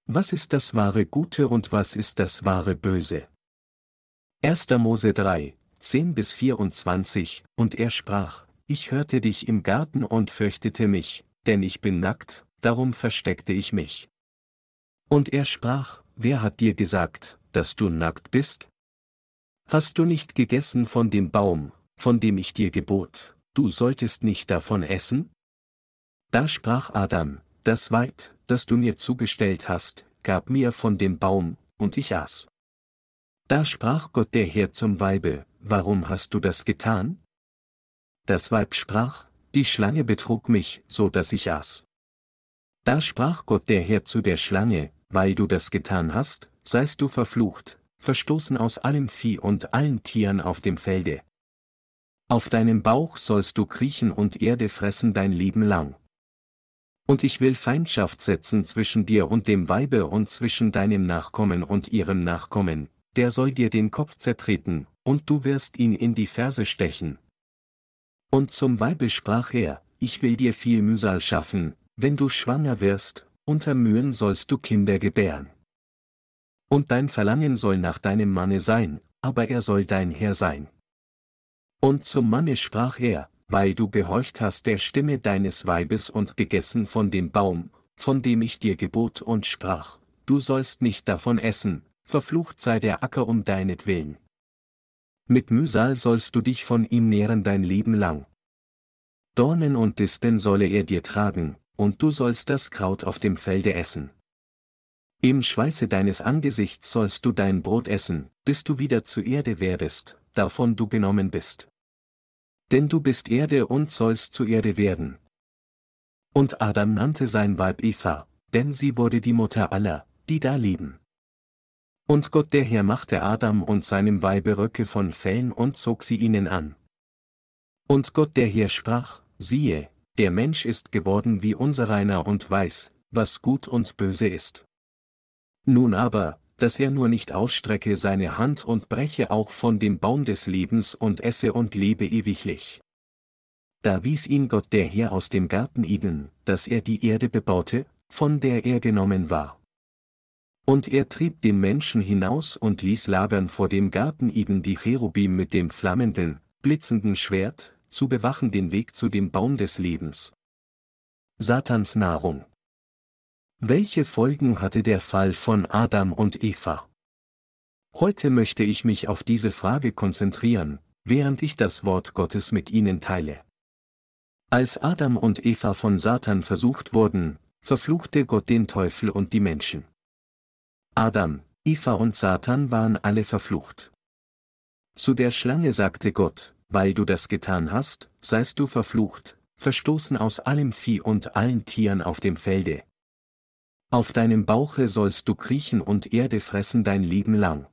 Was ist das wahre Gute und was ist das wahre Böse? 1. Mose 3, 10-24, und er sprach, ich hörte dich im Garten und fürchtete mich, denn ich bin nackt, darum versteckte ich mich. Und er sprach, wer hat dir gesagt, dass du nackt bist? Hast du nicht gegessen von dem Baum, von dem ich dir gebot, du solltest nicht davon essen? Da sprach Adam, das Weib, das du mir zugestellt hast, gab mir von dem Baum, und ich aß. Da sprach Gott der Herr zum Weibe, warum hast du das getan? Das Weib sprach, die Schlange betrug mich, so dass ich aß. Da sprach Gott der Herr zu der Schlange, weil du das getan hast, seist du verflucht, verstoßen aus allem Vieh und allen Tieren auf dem Felde. Auf deinem Bauch sollst du kriechen und Erde fressen dein Leben lang. Und ich will Feindschaft setzen zwischen dir und dem Weibe und zwischen deinem Nachkommen und ihrem Nachkommen, der soll dir den Kopf zertreten, und du wirst ihn in die Ferse stechen. Und zum Weibe sprach er, ich will dir viel Mühsal schaffen, wenn du schwanger wirst, unter Mühen sollst du Kinder gebären. Und dein Verlangen soll nach deinem Manne sein, aber er soll dein Herr sein. Und zum Manne sprach er, weil du gehorcht hast der Stimme deines Weibes und gegessen von dem Baum, von dem ich dir gebot und sprach, du sollst nicht davon essen, verflucht sei der Acker um deinetwillen. Mit Mühsal sollst du dich von ihm nähren dein Leben lang. Dornen und Disteln solle er dir tragen, und du sollst das Kraut auf dem Felde essen. Im Schweiße deines Angesichts sollst du dein Brot essen, bis du wieder zu Erde werdest, davon du genommen bist. Denn du bist Erde und sollst zu Erde werden. Und Adam nannte sein Weib Eva, denn sie wurde die Mutter aller, die da leben. Und Gott der Herr machte Adam und seinem Weibe Röcke von Fellen und zog sie ihnen an. Und Gott der Herr sprach, siehe, der Mensch ist geworden wie unsereiner und weiß, was gut und böse ist. Nun aber, dass er nur nicht ausstrecke seine Hand und breche auch von dem Baum des Lebens und esse und lebe ewiglich. Da wies ihn Gott der Herr aus dem Garten Eden, dass er die Erde bebaute, von der er genommen war. Und er trieb den Menschen hinaus und ließ lagern vor dem Garten Eden die Cherubim mit dem flammenden, blitzenden Schwert, zu bewachen den Weg zu dem Baum des Lebens. Satans Nahrung. Welche Folgen hatte der Fall von Adam und Eva? Heute möchte ich mich auf diese Frage konzentrieren, während ich das Wort Gottes mit Ihnen teile. Als Adam und Eva von Satan versucht wurden, verfluchte Gott den Teufel und die Menschen. Adam, Eva und Satan waren alle verflucht. Zu der Schlange sagte Gott, weil du das getan hast, seist du verflucht, verstoßen aus allem Vieh und allen Tieren auf dem Felde. Auf deinem Bauche sollst du kriechen und Erde fressen dein Leben lang.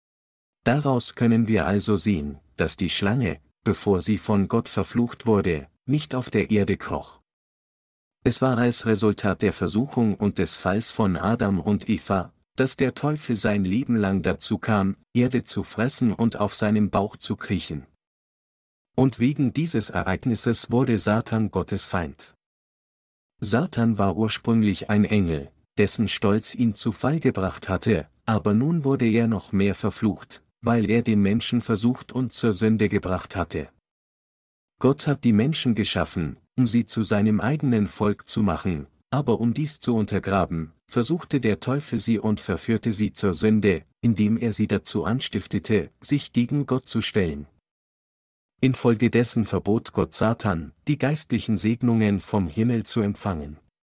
Daraus können wir also sehen, dass die Schlange, bevor sie von Gott verflucht wurde, nicht auf der Erde kroch. Es war als Resultat der Versuchung und des Falls von Adam und Eva, dass der Teufel sein Leben lang dazu kam, Erde zu fressen und auf seinem Bauch zu kriechen. Und wegen dieses Ereignisses wurde Satan Gottes Feind. Satan war ursprünglich ein Engel, dessen Stolz ihn zu Fall gebracht hatte, aber nun wurde er noch mehr verflucht, weil er den Menschen versucht und zur Sünde gebracht hatte. Gott hat die Menschen geschaffen, um sie zu seinem eigenen Volk zu machen, aber um dies zu untergraben, versuchte der Teufel sie und verführte sie zur Sünde, indem er sie dazu anstiftete, sich gegen Gott zu stellen. Infolgedessen verbot Gott Satan, die geistlichen Segnungen vom Himmel zu empfangen.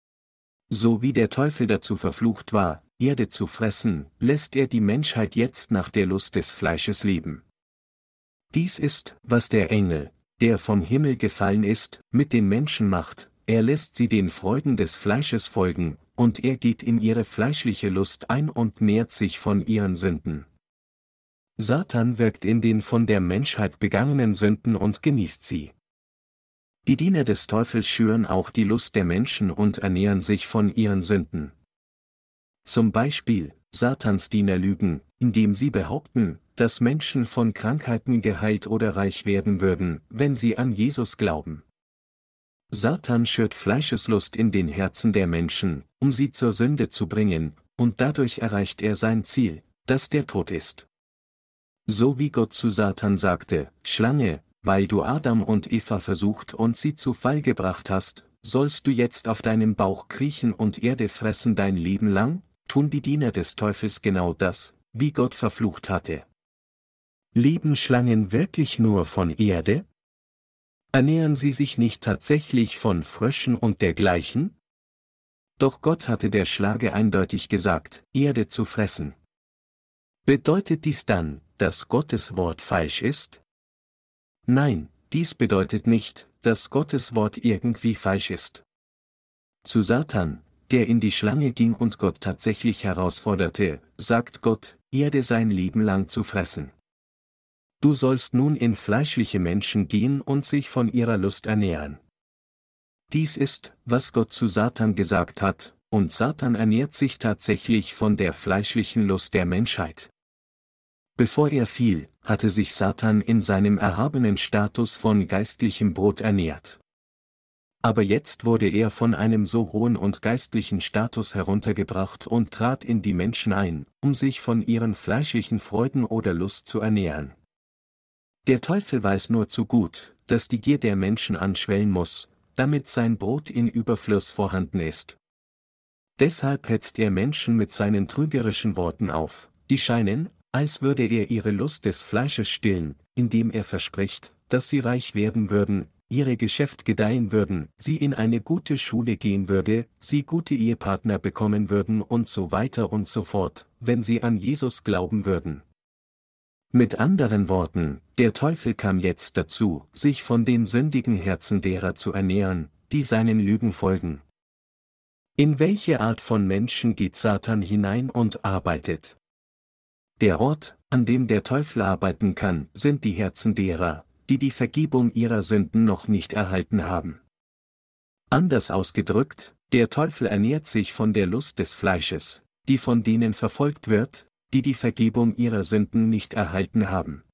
So wie der Teufel dazu verflucht war, Erde zu fressen, lässt er die Menschheit jetzt nach der Lust des Fleisches leben. Dies ist, was der Engel, der vom Himmel gefallen ist, mit den Menschen macht, er lässt sie den Freuden des Fleisches folgen, und er geht in ihre fleischliche Lust ein und nährt sich von ihren Sünden. Satan wirkt in den von der Menschheit begangenen Sünden und genießt sie. Die Diener des Teufels schüren auch die Lust der Menschen und ernähren sich von ihren Sünden. Zum Beispiel, Satans Diener lügen, indem sie behaupten, dass Menschen von Krankheiten geheilt oder reich werden würden, wenn sie an Jesus glauben. Satan schürt Fleischeslust in den Herzen der Menschen, um sie zur Sünde zu bringen, und dadurch erreicht er sein Ziel, das der Tod ist. So wie Gott zu Satan sagte: Schlange, weil du Adam und Eva versucht und sie zu Fall gebracht hast, sollst du jetzt auf deinem Bauch kriechen und Erde fressen dein Leben lang, tun die Diener des Teufels genau das, wie Gott verflucht hatte. Leben Schlangen wirklich nur von Erde? Ernähren sie sich nicht tatsächlich von Fröschen und dergleichen? Doch Gott hatte der Schlange eindeutig gesagt, Erde zu fressen. Bedeutet dies dann, dass Gottes Wort falsch ist? Nein, dies bedeutet nicht, dass Gottes Wort irgendwie falsch ist. Zu Satan, der in die Schlange ging und Gott tatsächlich herausforderte, sagt Gott, Erde sein Leben lang zu fressen. Du sollst nun in fleischliche Menschen gehen und sich von ihrer Lust ernähren. Dies ist, was Gott zu Satan gesagt hat, und Satan ernährt sich tatsächlich von der fleischlichen Lust der Menschheit. Bevor er fiel, hatte sich Satan in seinem erhabenen Status von geistlichem Brot ernährt. Aber jetzt wurde er von einem so hohen und geistlichen Status heruntergebracht und trat in die Menschen ein, um sich von ihren fleischlichen Freuden oder Lust zu ernähren. Der Teufel weiß nur zu gut, dass die Gier der Menschen anschwellen muss, damit sein Brot in Überfluss vorhanden ist. Deshalb hetzt er Menschen mit seinen trügerischen Worten auf, die scheinen, als würde er ihre Lust des Fleisches stillen, indem er verspricht, dass sie reich werden würden, ihre Geschäft gedeihen würden, sie in eine gute Schule gehen würde, sie gute Ehepartner bekommen würden und so weiter und so fort, wenn sie an Jesus glauben würden. Mit anderen Worten, der Teufel kam jetzt dazu, sich von den sündigen Herzen derer zu ernähren, die seinen Lügen folgen. In welche Art von Menschen geht Satan hinein und arbeitet? Der Ort, an dem der Teufel arbeiten kann, sind die Herzen derer, die die Vergebung ihrer Sünden noch nicht erhalten haben. Anders ausgedrückt, der Teufel ernährt sich von der Lust des Fleisches, die von denen verfolgt wird, die die Vergebung ihrer Sünden nicht erhalten haben.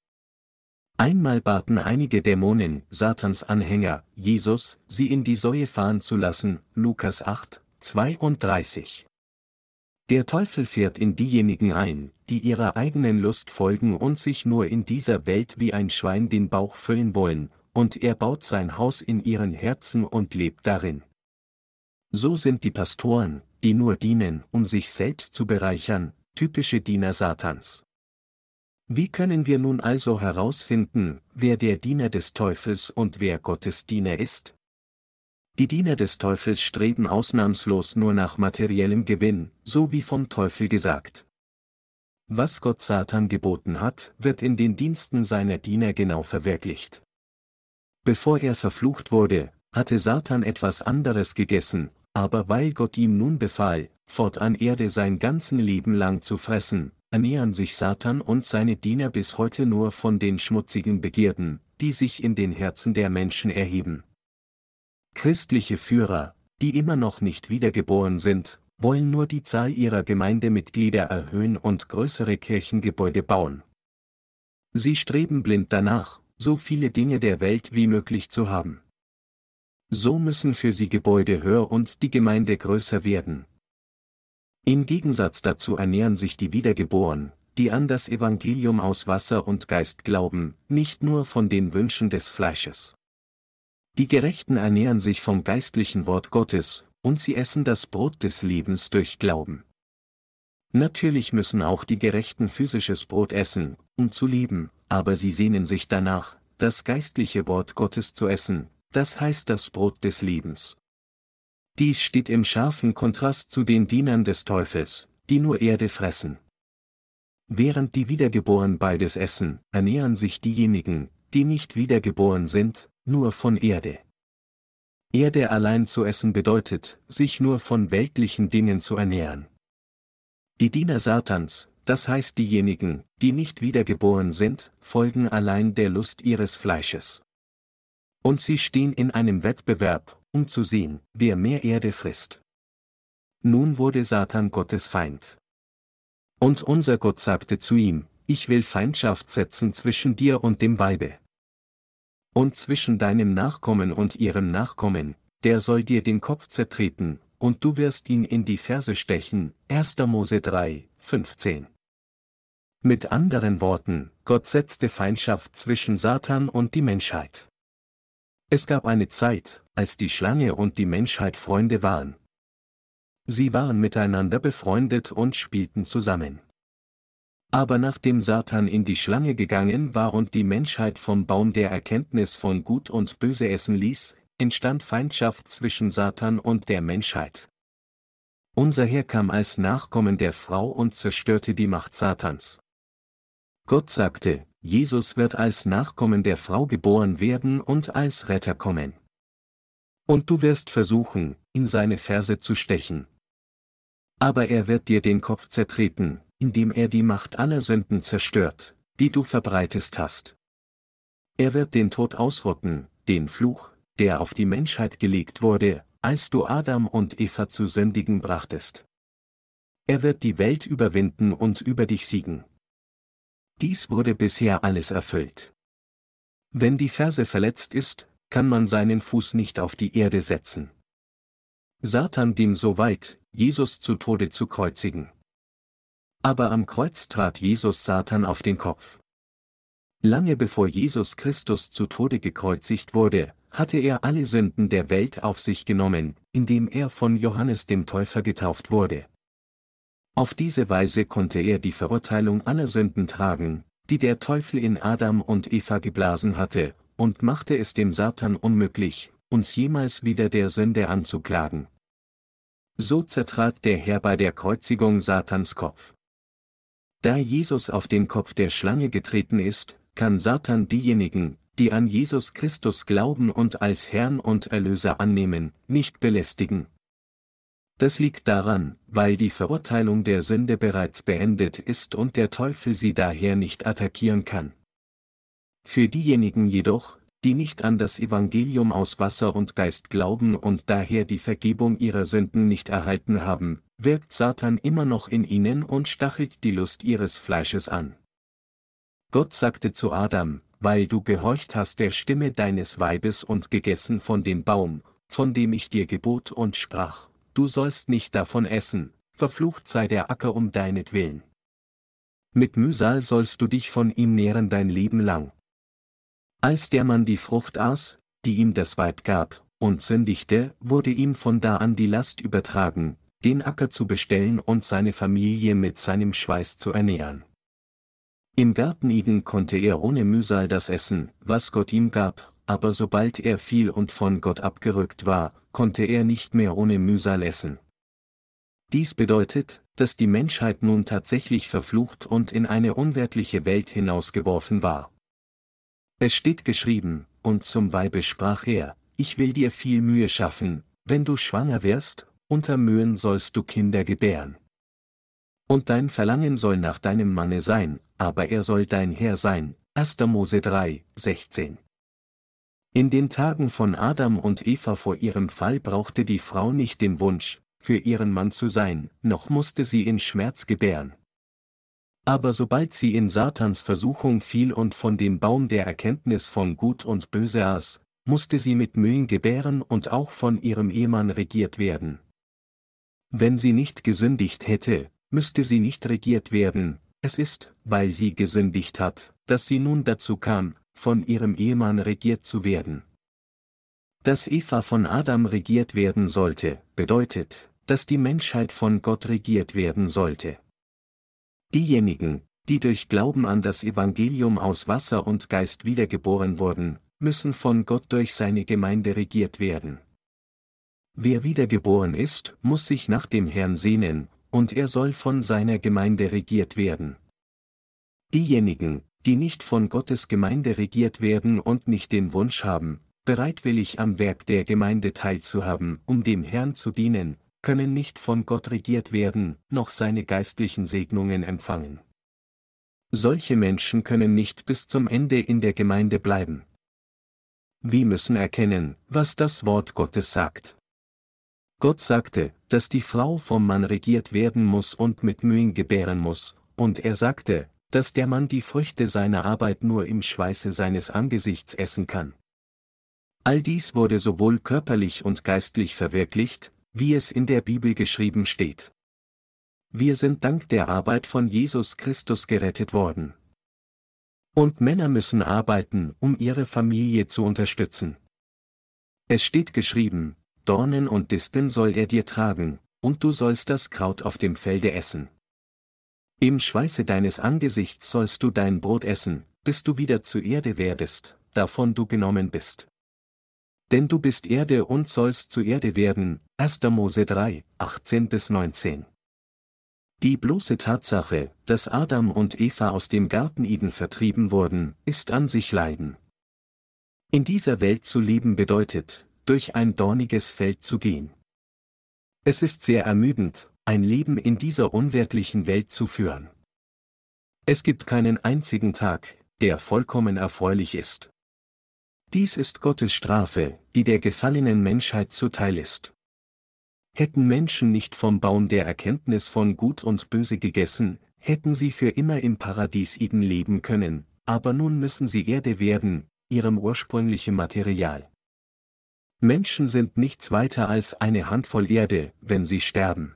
Einmal baten einige Dämonen, Satans Anhänger, Jesus, sie in die Säue fahren zu lassen, Lukas 8, 32. Der Teufel fährt in diejenigen ein, die ihrer eigenen Lust folgen und sich nur in dieser Welt wie ein Schwein den Bauch füllen wollen, und er baut sein Haus in ihren Herzen und lebt darin. So sind die Pastoren, die nur dienen, um sich selbst zu bereichern, typische Diener Satans. Wie können wir nun also herausfinden, wer der Diener des Teufels und wer Gottes Diener ist? Die Diener des Teufels streben ausnahmslos nur nach materiellem Gewinn, so wie vom Teufel gesagt. Was Gott Satan geboten hat, wird in den Diensten seiner Diener genau verwirklicht. Bevor er verflucht wurde, hatte Satan etwas anderes gegessen, aber weil Gott ihm nun befahl, fortan Erde sein ganzen Leben lang zu fressen, ernähren sich Satan und seine Diener bis heute nur von den schmutzigen Begierden, die sich in den Herzen der Menschen erheben. Christliche Führer, die immer noch nicht wiedergeboren sind, wollen nur die Zahl ihrer Gemeindemitglieder erhöhen und größere Kirchengebäude bauen. Sie streben blind danach, so viele Dinge der Welt wie möglich zu haben. So müssen für sie Gebäude höher und die Gemeinde größer werden. Im Gegensatz dazu ernähren sich die Wiedergeborenen, die an das Evangelium aus Wasser und Geist glauben, nicht nur von den Wünschen des Fleisches. Die Gerechten ernähren sich vom geistlichen Wort Gottes, und sie essen das Brot des Lebens durch Glauben. Natürlich müssen auch die Gerechten physisches Brot essen, um zu leben, aber sie sehnen sich danach, das geistliche Wort Gottes zu essen, das heißt das Brot des Lebens. Dies steht im scharfen Kontrast zu den Dienern des Teufels, die nur Erde fressen. Während die Wiedergeborenen beides essen, ernähren sich diejenigen, die nicht wiedergeboren sind, nur von Erde. Erde allein zu essen bedeutet, sich nur von weltlichen Dingen zu ernähren. Die Diener Satans, das heißt diejenigen, die nicht wiedergeboren sind, folgen allein der Lust ihres Fleisches. Und sie stehen in einem Wettbewerb, um zu sehen, wer mehr Erde frisst. Nun wurde Satan Gottes Feind. Und unser Gott sagte zu ihm: Ich will Feindschaft setzen zwischen dir und dem Weibe. Und zwischen deinem Nachkommen und ihrem Nachkommen, der soll dir den Kopf zertreten, und du wirst ihn in die Ferse stechen. 1. Mose 3, 15. Mit anderen Worten, Gott setzte Feindschaft zwischen Satan und die Menschheit. Es gab eine Zeit, als die Schlange und die Menschheit Freunde waren. Sie waren miteinander befreundet und spielten zusammen. Aber nachdem Satan in die Schlange gegangen war und die Menschheit vom Baum der Erkenntnis von Gut und Böse essen ließ, entstand Feindschaft zwischen Satan und der Menschheit. Unser Herr kam als Nachkommen der Frau und zerstörte die Macht Satans. Gott sagte, Jesus wird als Nachkommen der Frau geboren werden und als Retter kommen. Und du wirst versuchen, in seine Ferse zu stechen. Aber er wird dir den Kopf zertreten, indem er die Macht aller Sünden zerstört, die du verbreitet hast. Er wird den Tod ausrotten, den Fluch, der auf die Menschheit gelegt wurde, als du Adam und Eva zu sündigen brachtest. Er wird die Welt überwinden und über dich siegen. Dies wurde bisher alles erfüllt. Wenn die Ferse verletzt ist, kann man seinen Fuß nicht auf die Erde setzen. Satan ging so weit, Jesus zu Tode zu kreuzigen. Aber am Kreuz trat Jesus Satan auf den Kopf. Lange bevor Jesus Christus zu Tode gekreuzigt wurde, hatte er alle Sünden der Welt auf sich genommen, indem er von Johannes dem Täufer getauft wurde. Auf diese Weise konnte er die Verurteilung aller Sünden tragen, die der Teufel in Adam und Eva geblasen hatte, und machte es dem Satan unmöglich, uns jemals wieder der Sünde anzuklagen. So zertrat der Herr bei der Kreuzigung Satans Kopf. Da Jesus auf den Kopf der Schlange getreten ist, kann Satan diejenigen, die an Jesus Christus glauben und als Herrn und Erlöser annehmen, nicht belästigen. Das liegt daran, weil die Verurteilung der Sünde bereits beendet ist und der Teufel sie daher nicht attackieren kann. Für diejenigen jedoch, die nicht an das Evangelium aus Wasser und Geist glauben und daher die Vergebung ihrer Sünden nicht erhalten haben, wirkt Satan immer noch in ihnen und stachelt die Lust ihres Fleisches an. Gott sagte zu Adam, weil du gehorcht hast der Stimme deines Weibes und gegessen von dem Baum, von dem ich dir gebot und sprach, du sollst nicht davon essen, verflucht sei der Acker um deinetwillen. Mit Mühsal sollst du dich von ihm nähren dein Leben lang. Als der Mann die Frucht aß, die ihm das Weib gab, und sündigte, wurde ihm von da an die Last übertragen, den Acker zu bestellen und seine Familie mit seinem Schweiß zu ernähren. Im Garten Eden konnte er ohne Mühsal das essen, was Gott ihm gab, aber sobald er fiel und von Gott abgerückt war, konnte er nicht mehr ohne Mühsal essen. Dies bedeutet, dass die Menschheit nun tatsächlich verflucht und in eine unwertliche Welt hinausgeworfen war. Es steht geschrieben, und zum Weibe sprach er, ich will dir viel Mühe schaffen, wenn du schwanger wirst, unter Mühen sollst du Kinder gebären. Und dein Verlangen soll nach deinem Manne sein, aber er soll dein Herr sein. 1. Mose 3, 16. In den Tagen von Adam und Eva vor ihrem Fall brauchte die Frau nicht den Wunsch, für ihren Mann zu sein, noch musste sie in Schmerz gebären. Aber sobald sie in Satans Versuchung fiel und von dem Baum der Erkenntnis von Gut und Böse aß, musste sie mit Mühen gebären und auch von ihrem Ehemann regiert werden. Wenn sie nicht gesündigt hätte, müsste sie nicht regiert werden, es ist, weil sie gesündigt hat, dass sie nun dazu kam, von ihrem Ehemann regiert zu werden. Dass Eva von Adam regiert werden sollte, bedeutet, dass die Menschheit von Gott regiert werden sollte. Diejenigen, die durch Glauben an das Evangelium aus Wasser und Geist wiedergeboren wurden, müssen von Gott durch seine Gemeinde regiert werden. Wer wiedergeboren ist, muss sich nach dem Herrn sehnen, und er soll von seiner Gemeinde regiert werden. Diejenigen, die nicht von Gottes Gemeinde regiert werden und nicht den Wunsch haben, bereitwillig am Werk der Gemeinde teilzuhaben, um dem Herrn zu dienen, können nicht von Gott regiert werden, noch seine geistlichen Segnungen empfangen. Solche Menschen können nicht bis zum Ende in der Gemeinde bleiben. Wir müssen erkennen, was das Wort Gottes sagt. Gott sagte, dass die Frau vom Mann regiert werden muss und mit Mühen gebären muss, und er sagte, dass der Mann die Früchte seiner Arbeit nur im Schweiße seines Angesichts essen kann. All dies wurde sowohl körperlich und geistlich verwirklicht, wie es in der Bibel geschrieben steht. Wir sind dank der Arbeit von Jesus Christus gerettet worden. Und Männer müssen arbeiten, um ihre Familie zu unterstützen. Es steht geschrieben, Dornen und Disteln soll er dir tragen, und du sollst das Kraut auf dem Felde essen. Im Schweiße deines Angesichts sollst du dein Brot essen, bis du wieder zur Erde werdest, davon du genommen bist. Denn du bist Erde und sollst zu Erde werden, 1. Mose 3, 18-19. Die bloße Tatsache, dass Adam und Eva aus dem Garten Eden vertrieben wurden, ist an sich Leiden. In dieser Welt zu leben bedeutet, durch ein dorniges Feld zu gehen. Es ist sehr ermüdend, ein Leben in dieser unwirtlichen Welt zu führen. Es gibt keinen einzigen Tag, der vollkommen erfreulich ist. Dies ist Gottes Strafe, die der gefallenen Menschheit zuteil ist. Hätten Menschen nicht vom Baum der Erkenntnis von Gut und Böse gegessen, hätten sie für immer im Paradies Eden leben können, aber nun müssen sie Erde werden, ihrem ursprünglichen Material. Menschen sind nichts weiter als eine Handvoll Erde, wenn sie sterben.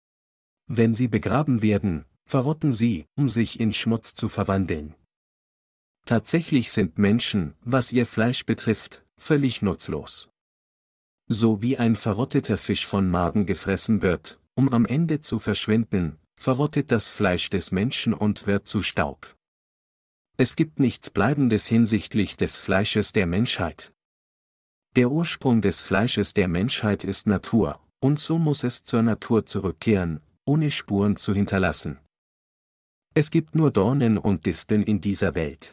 Wenn sie begraben werden, verrotten sie, um sich in Schmutz zu verwandeln. Tatsächlich sind Menschen, was ihr Fleisch betrifft, völlig nutzlos. So wie ein verrotteter Fisch von Magen gefressen wird, um am Ende zu verschwinden, verrottet das Fleisch des Menschen und wird zu Staub. Es gibt nichts Bleibendes hinsichtlich des Fleisches der Menschheit. Der Ursprung des Fleisches der Menschheit ist Natur, und so muss es zur Natur zurückkehren, ohne Spuren zu hinterlassen. Es gibt nur Dornen und Disteln in dieser Welt.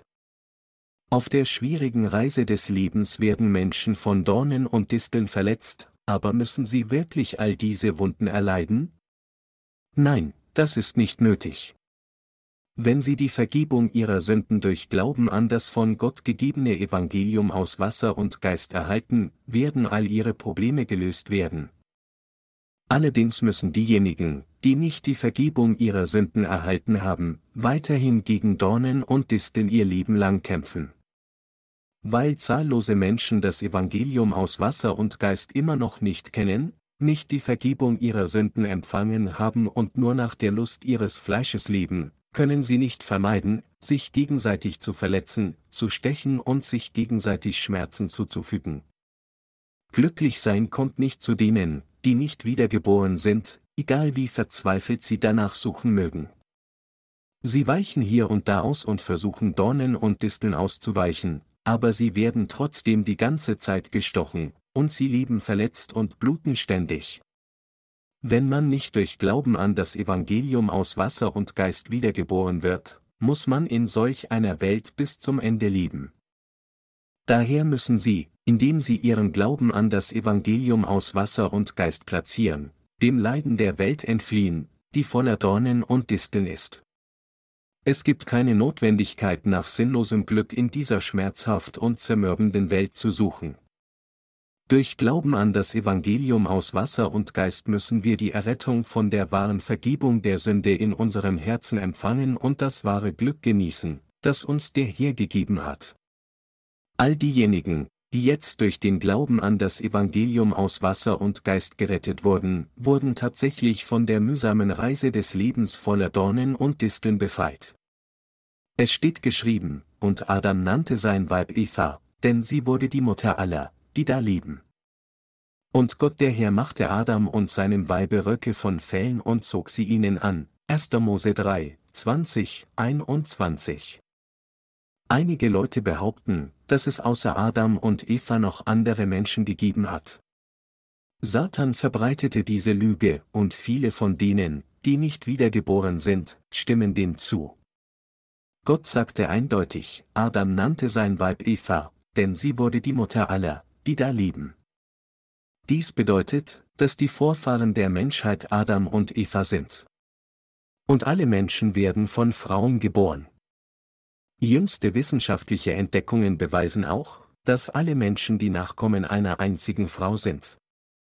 Auf der schwierigen Reise des Lebens werden Menschen von Dornen und Disteln verletzt, aber müssen sie wirklich all diese Wunden erleiden? Nein, das ist nicht nötig. Wenn sie die Vergebung ihrer Sünden durch Glauben an das von Gott gegebene Evangelium aus Wasser und Geist erhalten, werden all ihre Probleme gelöst werden. Allerdings müssen diejenigen, die nicht die Vergebung ihrer Sünden erhalten haben, weiterhin gegen Dornen und Disteln ihr Leben lang kämpfen. Weil zahllose Menschen das Evangelium aus Wasser und Geist immer noch nicht kennen, nicht die Vergebung ihrer Sünden empfangen haben und nur nach der Lust ihres Fleisches leben, können sie nicht vermeiden, sich gegenseitig zu verletzen, zu stechen und sich gegenseitig Schmerzen zuzufügen. Glücklich sein kommt nicht zu denen, die nicht wiedergeboren sind, egal wie verzweifelt sie danach suchen mögen. Sie weichen hier und da aus und versuchen Dornen und Disteln auszuweichen, aber sie werden trotzdem die ganze Zeit gestochen, und sie leben verletzt und bluten ständig. Wenn man nicht durch Glauben an das Evangelium aus Wasser und Geist wiedergeboren wird, muss man in solch einer Welt bis zum Ende leben. Daher müssen sie, indem sie ihren Glauben an das Evangelium aus Wasser und Geist platzieren, dem Leiden der Welt entfliehen, die voller Dornen und Disteln ist. Es gibt keine Notwendigkeit nach sinnlosem Glück in dieser schmerzhaft und zermürbenden Welt zu suchen. Durch Glauben an das Evangelium aus Wasser und Geist müssen wir die Errettung von der wahren Vergebung der Sünde in unserem Herzen empfangen und das wahre Glück genießen, das uns der Herr gegeben hat. All diejenigen, die jetzt durch den Glauben an das Evangelium aus Wasser und Geist gerettet wurden, wurden tatsächlich von der mühsamen Reise des Lebens voller Dornen und Disteln befreit. Es steht geschrieben, und Adam nannte sein Weib Eva, denn sie wurde die Mutter aller, die da leben. Und Gott der Herr machte Adam und seinem Weibe Röcke von Fellen und zog sie ihnen an, 1. Mose 3, 20, 21. Einige Leute behaupten, dass es außer Adam und Eva noch andere Menschen gegeben hat. Satan verbreitete diese Lüge, und viele von denen, die nicht wiedergeboren sind, stimmen dem zu. Gott sagte eindeutig, Adam nannte sein Weib Eva, denn sie wurde die Mutter aller, die da leben. Dies bedeutet, dass die Vorfahren der Menschheit Adam und Eva sind. Und alle Menschen werden von Frauen geboren. Jüngste wissenschaftliche Entdeckungen beweisen auch, dass alle Menschen die Nachkommen einer einzigen Frau sind.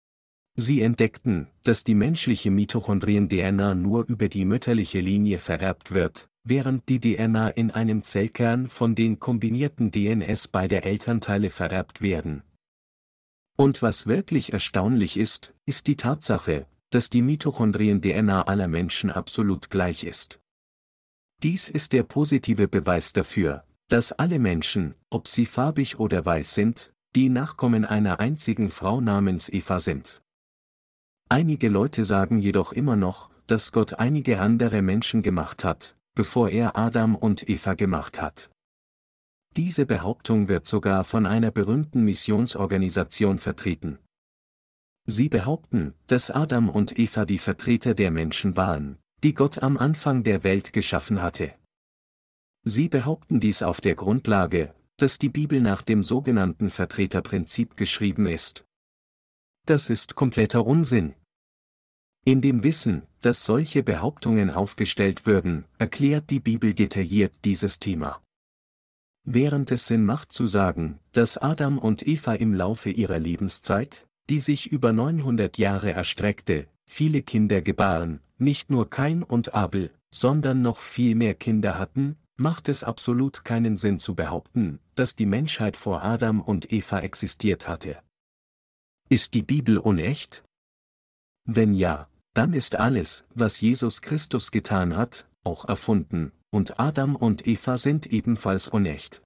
Sie entdeckten, dass die menschliche Mitochondrien-DNA nur über die mütterliche Linie vererbt wird, während die DNA in einem Zellkern von den kombinierten DNS beider Elternteile vererbt werden. Und was wirklich erstaunlich ist, ist die Tatsache, dass die Mitochondrien-DNA aller Menschen absolut gleich ist. Dies ist der positive Beweis dafür, dass alle Menschen, ob sie farbig oder weiß sind, die Nachkommen einer einzigen Frau namens Eva sind. Einige Leute sagen jedoch immer noch, dass Gott einige andere Menschen gemacht hat, bevor er Adam und Eva gemacht hat. Diese Behauptung wird sogar von einer berühmten Missionsorganisation vertreten. Sie behaupten, dass Adam und Eva die Vertreter der Menschen waren, die Gott am Anfang der Welt geschaffen hatte. Sie behaupten dies auf der Grundlage, dass die Bibel nach dem sogenannten Vertreterprinzip geschrieben ist. Das ist kompletter Unsinn. In dem Wissen, dass solche Behauptungen aufgestellt würden, erklärt die Bibel detailliert dieses Thema. Während es Sinn macht zu sagen, dass Adam und Eva im Laufe ihrer Lebenszeit, die sich über 900 Jahre erstreckte, viele Kinder gebaren, nicht nur Kain und Abel, sondern noch viel mehr Kinder hatten, macht es absolut keinen Sinn zu behaupten, dass die Menschheit vor Adam und Eva existiert hatte. Ist die Bibel unecht? Wenn ja, dann ist alles, was Jesus Christus getan hat, auch erfunden, und Adam und Eva sind ebenfalls unecht.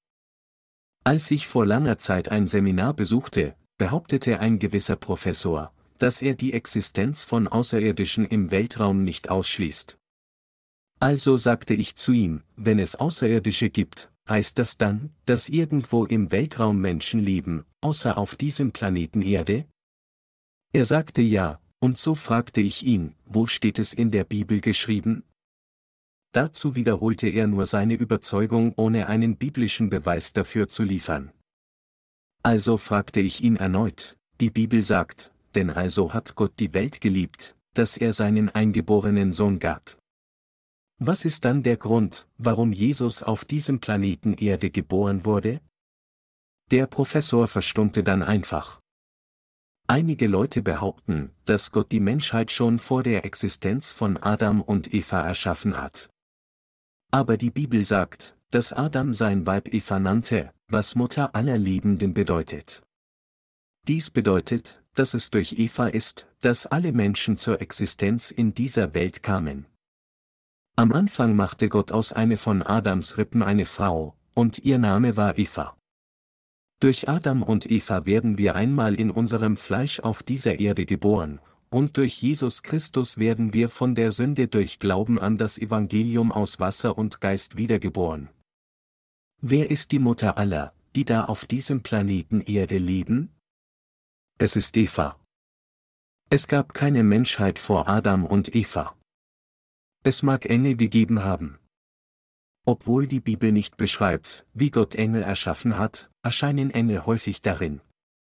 Als ich vor langer Zeit ein Seminar besuchte, behauptete ein gewisser Professor, dass er die Existenz von Außerirdischen im Weltraum nicht ausschließt. Also sagte ich zu ihm, wenn es Außerirdische gibt, heißt das dann, dass irgendwo im Weltraum Menschen leben, außer auf diesem Planeten Erde? Er sagte ja, und so fragte ich ihn, wo steht es in der Bibel geschrieben? Dazu wiederholte er nur seine Überzeugung, ohne einen biblischen Beweis dafür zu liefern. Also fragte ich ihn erneut, die Bibel sagt, denn also hat Gott die Welt geliebt, dass er seinen eingeborenen Sohn gab. Was ist dann der Grund, warum Jesus auf diesem Planeten Erde geboren wurde? Der Professor verstummte dann einfach. Einige Leute behaupten, dass Gott die Menschheit schon vor der Existenz von Adam und Eva erschaffen hat. Aber die Bibel sagt, dass Adam sein Weib Eva nannte, was Mutter aller Lebenden bedeutet. Dies bedeutet, dass es durch Eva ist, dass alle Menschen zur Existenz in dieser Welt kamen. Am Anfang machte Gott aus einer von Adams Rippen eine Frau, und ihr Name war Eva. Durch Adam und Eva werden wir einmal in unserem Fleisch auf dieser Erde geboren, und durch Jesus Christus werden wir von der Sünde durch Glauben an das Evangelium aus Wasser und Geist wiedergeboren. Wer ist die Mutter aller, die da auf diesem Planeten Erde leben? Es ist Eva. Es gab keine Menschheit vor Adam und Eva. Es mag Engel gegeben haben. Obwohl die Bibel nicht beschreibt, wie Gott Engel erschaffen hat, erscheinen Engel häufig darin.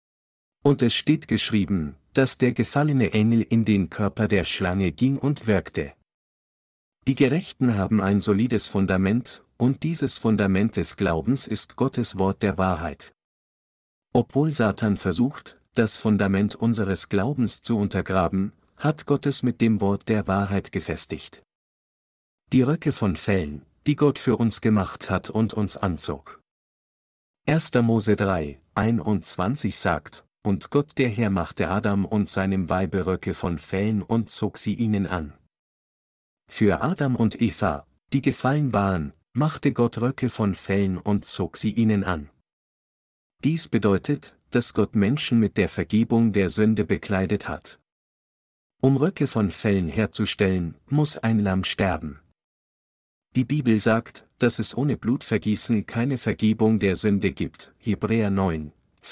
Und es steht geschrieben, dass der gefallene Engel in den Körper der Schlange ging und wirkte. Die Gerechten haben ein solides Fundament, und dieses Fundament des Glaubens ist Gottes Wort der Wahrheit. Obwohl Satan versucht, das Fundament unseres Glaubens zu untergraben, hat Gott es mit dem Wort der Wahrheit gefestigt. Die Röcke von Fellen, die Gott für uns gemacht hat und uns anzog. 1. Mose 3, 21 sagt, und Gott der Herr machte Adam und seinem Weibe Röcke von Fellen und zog sie ihnen an. Für Adam und Eva, die gefallen waren, machte Gott Röcke von Fellen und zog sie ihnen an. Dies bedeutet, dass Gott Menschen mit der Vergebung der Sünde bekleidet hat. Um Röcke von Fellen herzustellen, muss ein Lamm sterben. Die Bibel sagt, dass es ohne Blutvergießen keine Vergebung der Sünde gibt. Hebräer 9,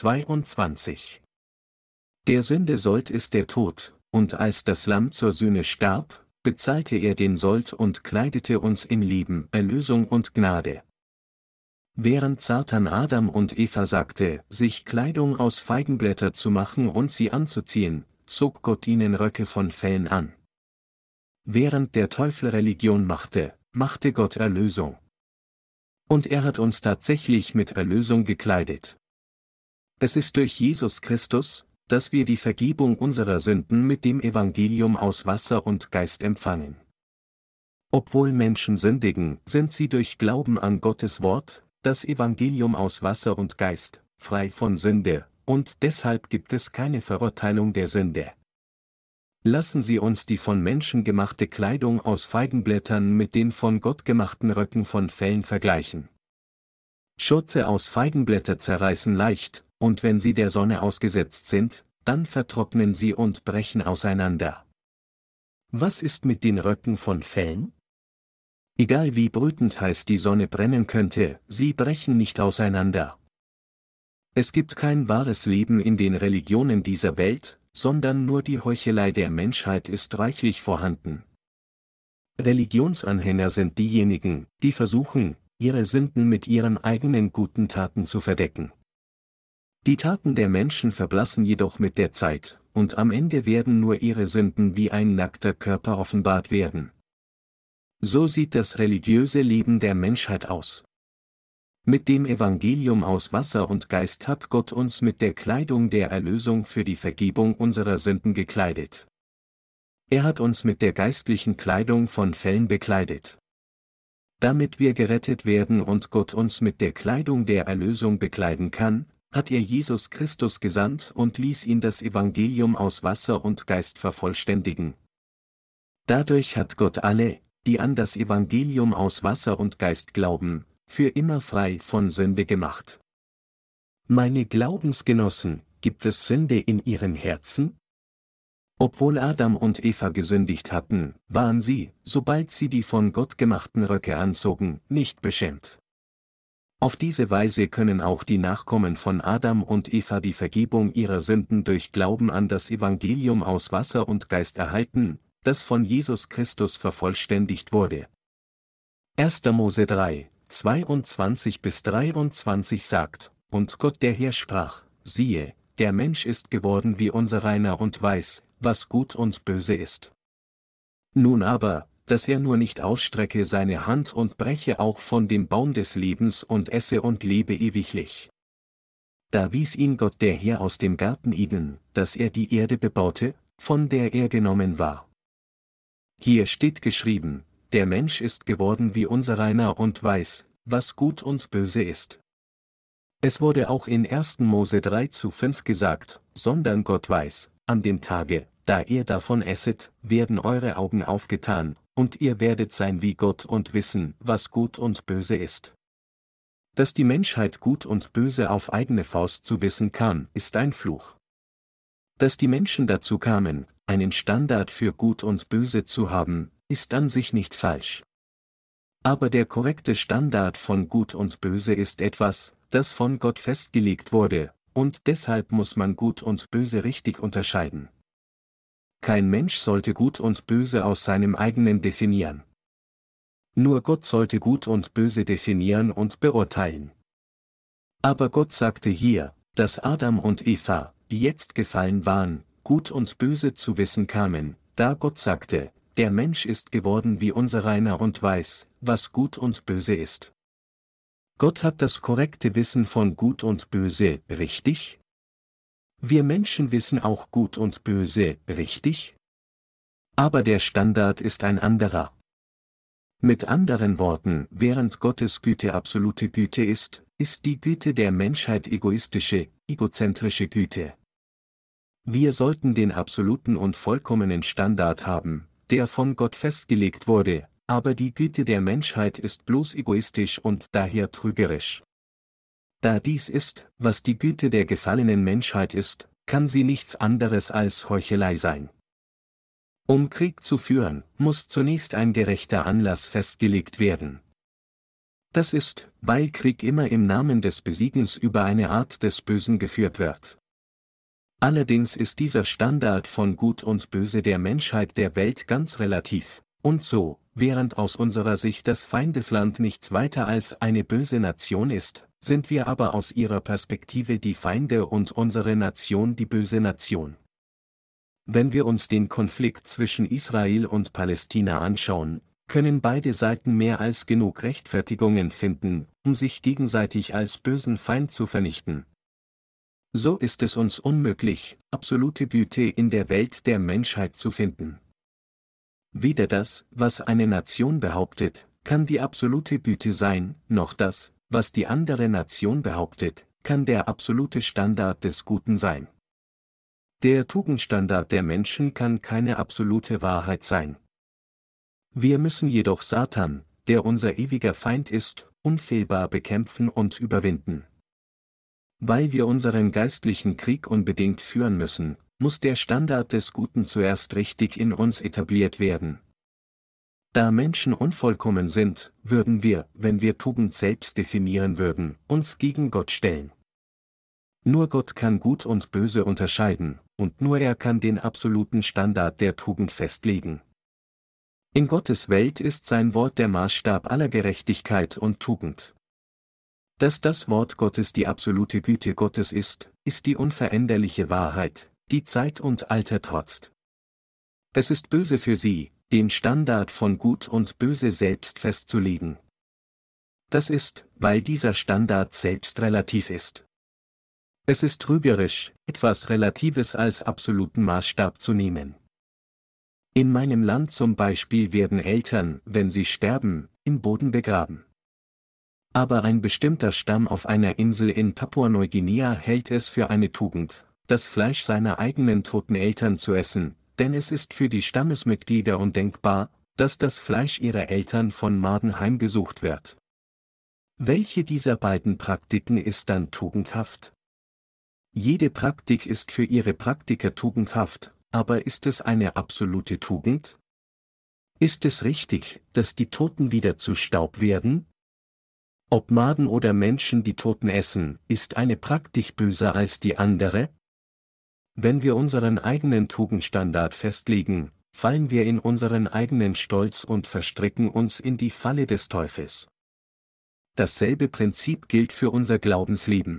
22. Der Sünde Sold ist der Tod, und als das Lamm zur Sühne starb, bezahlte er den Sold und kleidete uns in Leben, Erlösung und Gnade. Während Satan Adam und Eva sagte, sich Kleidung aus Feigenblätter zu machen und sie anzuziehen, zog Gott ihnen Röcke von Fellen an. Während der Teufel Religion machte Gott Erlösung. Und er hat uns tatsächlich mit Erlösung gekleidet. Es ist durch Jesus Christus, dass wir die Vergebung unserer Sünden mit dem Evangelium aus Wasser und Geist empfangen. Obwohl Menschen sündigen, sind sie durch Glauben an Gottes Wort, das Evangelium aus Wasser und Geist, frei von Sünde, und deshalb gibt es keine Verurteilung der Sünde. Lassen Sie uns die von Menschen gemachte Kleidung aus Feigenblättern mit den von Gott gemachten Röcken von Fellen vergleichen. Schurze aus Feigenblätter zerreißen leicht, und wenn sie der Sonne ausgesetzt sind, dann vertrocknen sie und brechen auseinander. Was ist mit den Röcken von Fellen? Egal wie brütend heiß die Sonne brennen könnte, sie brechen nicht auseinander. Es gibt kein wahres Leben in den Religionen dieser Welt, sondern nur die Heuchelei der Menschheit ist reichlich vorhanden. Religionsanhänger sind diejenigen, die versuchen, ihre Sünden mit ihren eigenen guten Taten zu verdecken. Die Taten der Menschen verblassen jedoch mit der Zeit, und am Ende werden nur ihre Sünden wie ein nackter Körper offenbart werden. So sieht das religiöse Leben der Menschheit aus. Mit dem Evangelium aus Wasser und Geist hat Gott uns mit der Kleidung der Erlösung für die Vergebung unserer Sünden gekleidet. Er hat uns mit der geistlichen Kleidung von Fellen bekleidet. Damit wir gerettet werden und Gott uns mit der Kleidung der Erlösung bekleiden kann, hat er Jesus Christus gesandt und ließ ihn das Evangelium aus Wasser und Geist vervollständigen. Dadurch hat Gott alle, die an das Evangelium aus Wasser und Geist glauben, für immer frei von Sünde gemacht. Meine Glaubensgenossen, gibt es Sünde in ihren Herzen? Obwohl Adam und Eva gesündigt hatten, waren sie, sobald sie die von Gott gemachten Röcke anzogen, nicht beschämt. Auf diese Weise können auch die Nachkommen von Adam und Eva die Vergebung ihrer Sünden durch Glauben an das Evangelium aus Wasser und Geist erhalten, das von Jesus Christus vervollständigt wurde. 1. Mose 3, 22-23 sagt, und Gott der Herr sprach, siehe, der Mensch ist geworden wie unsereiner und weiß, was gut und böse ist. Nun aber, dass er nur nicht ausstrecke seine Hand und breche auch von dem Baum des Lebens und esse und lebe ewiglich. Da wies ihn Gott der Herr aus dem Garten Eden, dass er die Erde bebaute, von der er genommen war. Hier steht geschrieben, der Mensch ist geworden wie unsereiner und weiß, was gut und böse ist. Es wurde auch in 1. Mose 3:5 gesagt, sondern Gott weiß, an dem Tage, da ihr davon esset, werden eure Augen aufgetan, und ihr werdet sein wie Gott und wissen, was gut und böse ist. Dass die Menschheit gut und böse auf eigene Faust zu wissen kam, ist ein Fluch. Dass die Menschen dazu kamen, einen Standard für gut und böse zu haben, ist an sich nicht falsch. Aber der korrekte Standard von Gut und Böse ist etwas, das von Gott festgelegt wurde, und deshalb muss man Gut und Böse richtig unterscheiden. Kein Mensch sollte Gut und Böse aus seinem eigenen definieren. Nur Gott sollte Gut und Böse definieren und beurteilen. Aber Gott sagte hier, dass Adam und Eva, die jetzt gefallen waren, Gut und Böse zu wissen kamen, da Gott sagte, der Mensch ist geworden wie unsereiner und weiß, was gut und böse ist. Gott hat das korrekte Wissen von Gut und Böse, richtig? Wir Menschen wissen auch Gut und Böse, richtig? Aber der Standard ist ein anderer. Mit anderen Worten, während Gottes Güte absolute Güte ist die Güte der Menschheit egoistische, egozentrische Güte. Wir sollten den absoluten und vollkommenen Standard haben, der von Gott festgelegt wurde, aber die Güte der Menschheit ist bloß egoistisch und daher trügerisch. Da dies ist, was die Güte der gefallenen Menschheit ist, kann sie nichts anderes als Heuchelei sein. Um Krieg zu führen, muss zunächst ein gerechter Anlass festgelegt werden. Das ist, weil Krieg immer im Namen des Besiegens über eine Art des Bösen geführt wird. Allerdings ist dieser Standard von Gut und Böse der Menschheit der Welt ganz relativ, und so, während aus unserer Sicht das Feindesland nichts weiter als eine böse Nation ist, sind wir aber aus ihrer Perspektive die Feinde und unsere Nation die böse Nation. Wenn wir uns den Konflikt zwischen Israel und Palästina anschauen, können beide Seiten mehr als genug Rechtfertigungen finden, um sich gegenseitig als bösen Feind zu vernichten. So ist es uns unmöglich, absolute Güte in der Welt der Menschheit zu finden. Weder das, was eine Nation behauptet, kann die absolute Güte sein, noch das, was die andere Nation behauptet, kann der absolute Standard des Guten sein. Der Tugendstandard der Menschen kann keine absolute Wahrheit sein. Wir müssen jedoch Satan, der unser ewiger Feind ist, unfehlbar bekämpfen und überwinden. Weil wir unseren geistlichen Krieg unbedingt führen müssen, muss der Standard des Guten zuerst richtig in uns etabliert werden. Da Menschen unvollkommen sind, würden wir, wenn wir Tugend selbst definieren würden, uns gegen Gott stellen. Nur Gott kann Gut und Böse unterscheiden, und nur er kann den absoluten Standard der Tugend festlegen. In Gottes Welt ist sein Wort der Maßstab aller Gerechtigkeit und Tugend. Dass das Wort Gottes die absolute Güte Gottes ist, ist die unveränderliche Wahrheit, die Zeit und Alter trotzt. Es ist böse für sie, den Standard von Gut und Böse selbst festzulegen. Das ist, weil dieser Standard selbst relativ ist. Es ist trügerisch, etwas Relatives als absoluten Maßstab zu nehmen. In meinem Land zum Beispiel werden Eltern, wenn sie sterben, im Boden begraben. Aber ein bestimmter Stamm auf einer Insel in Papua-Neuguinea hält es für eine Tugend, das Fleisch seiner eigenen toten Eltern zu essen, denn es ist für die Stammesmitglieder undenkbar, dass das Fleisch ihrer Eltern von Maden heimgesucht wird. Welche dieser beiden Praktiken ist dann tugendhaft? Jede Praktik ist für ihre Praktiker tugendhaft, aber ist es eine absolute Tugend? Ist es richtig, dass die Toten wieder zu Staub werden? Ob Maden oder Menschen die Toten essen, ist eine Praktik böser als die andere? Wenn wir unseren eigenen Tugendstandard festlegen, fallen wir in unseren eigenen Stolz und verstricken uns in die Falle des Teufels. Dasselbe Prinzip gilt für unser Glaubensleben.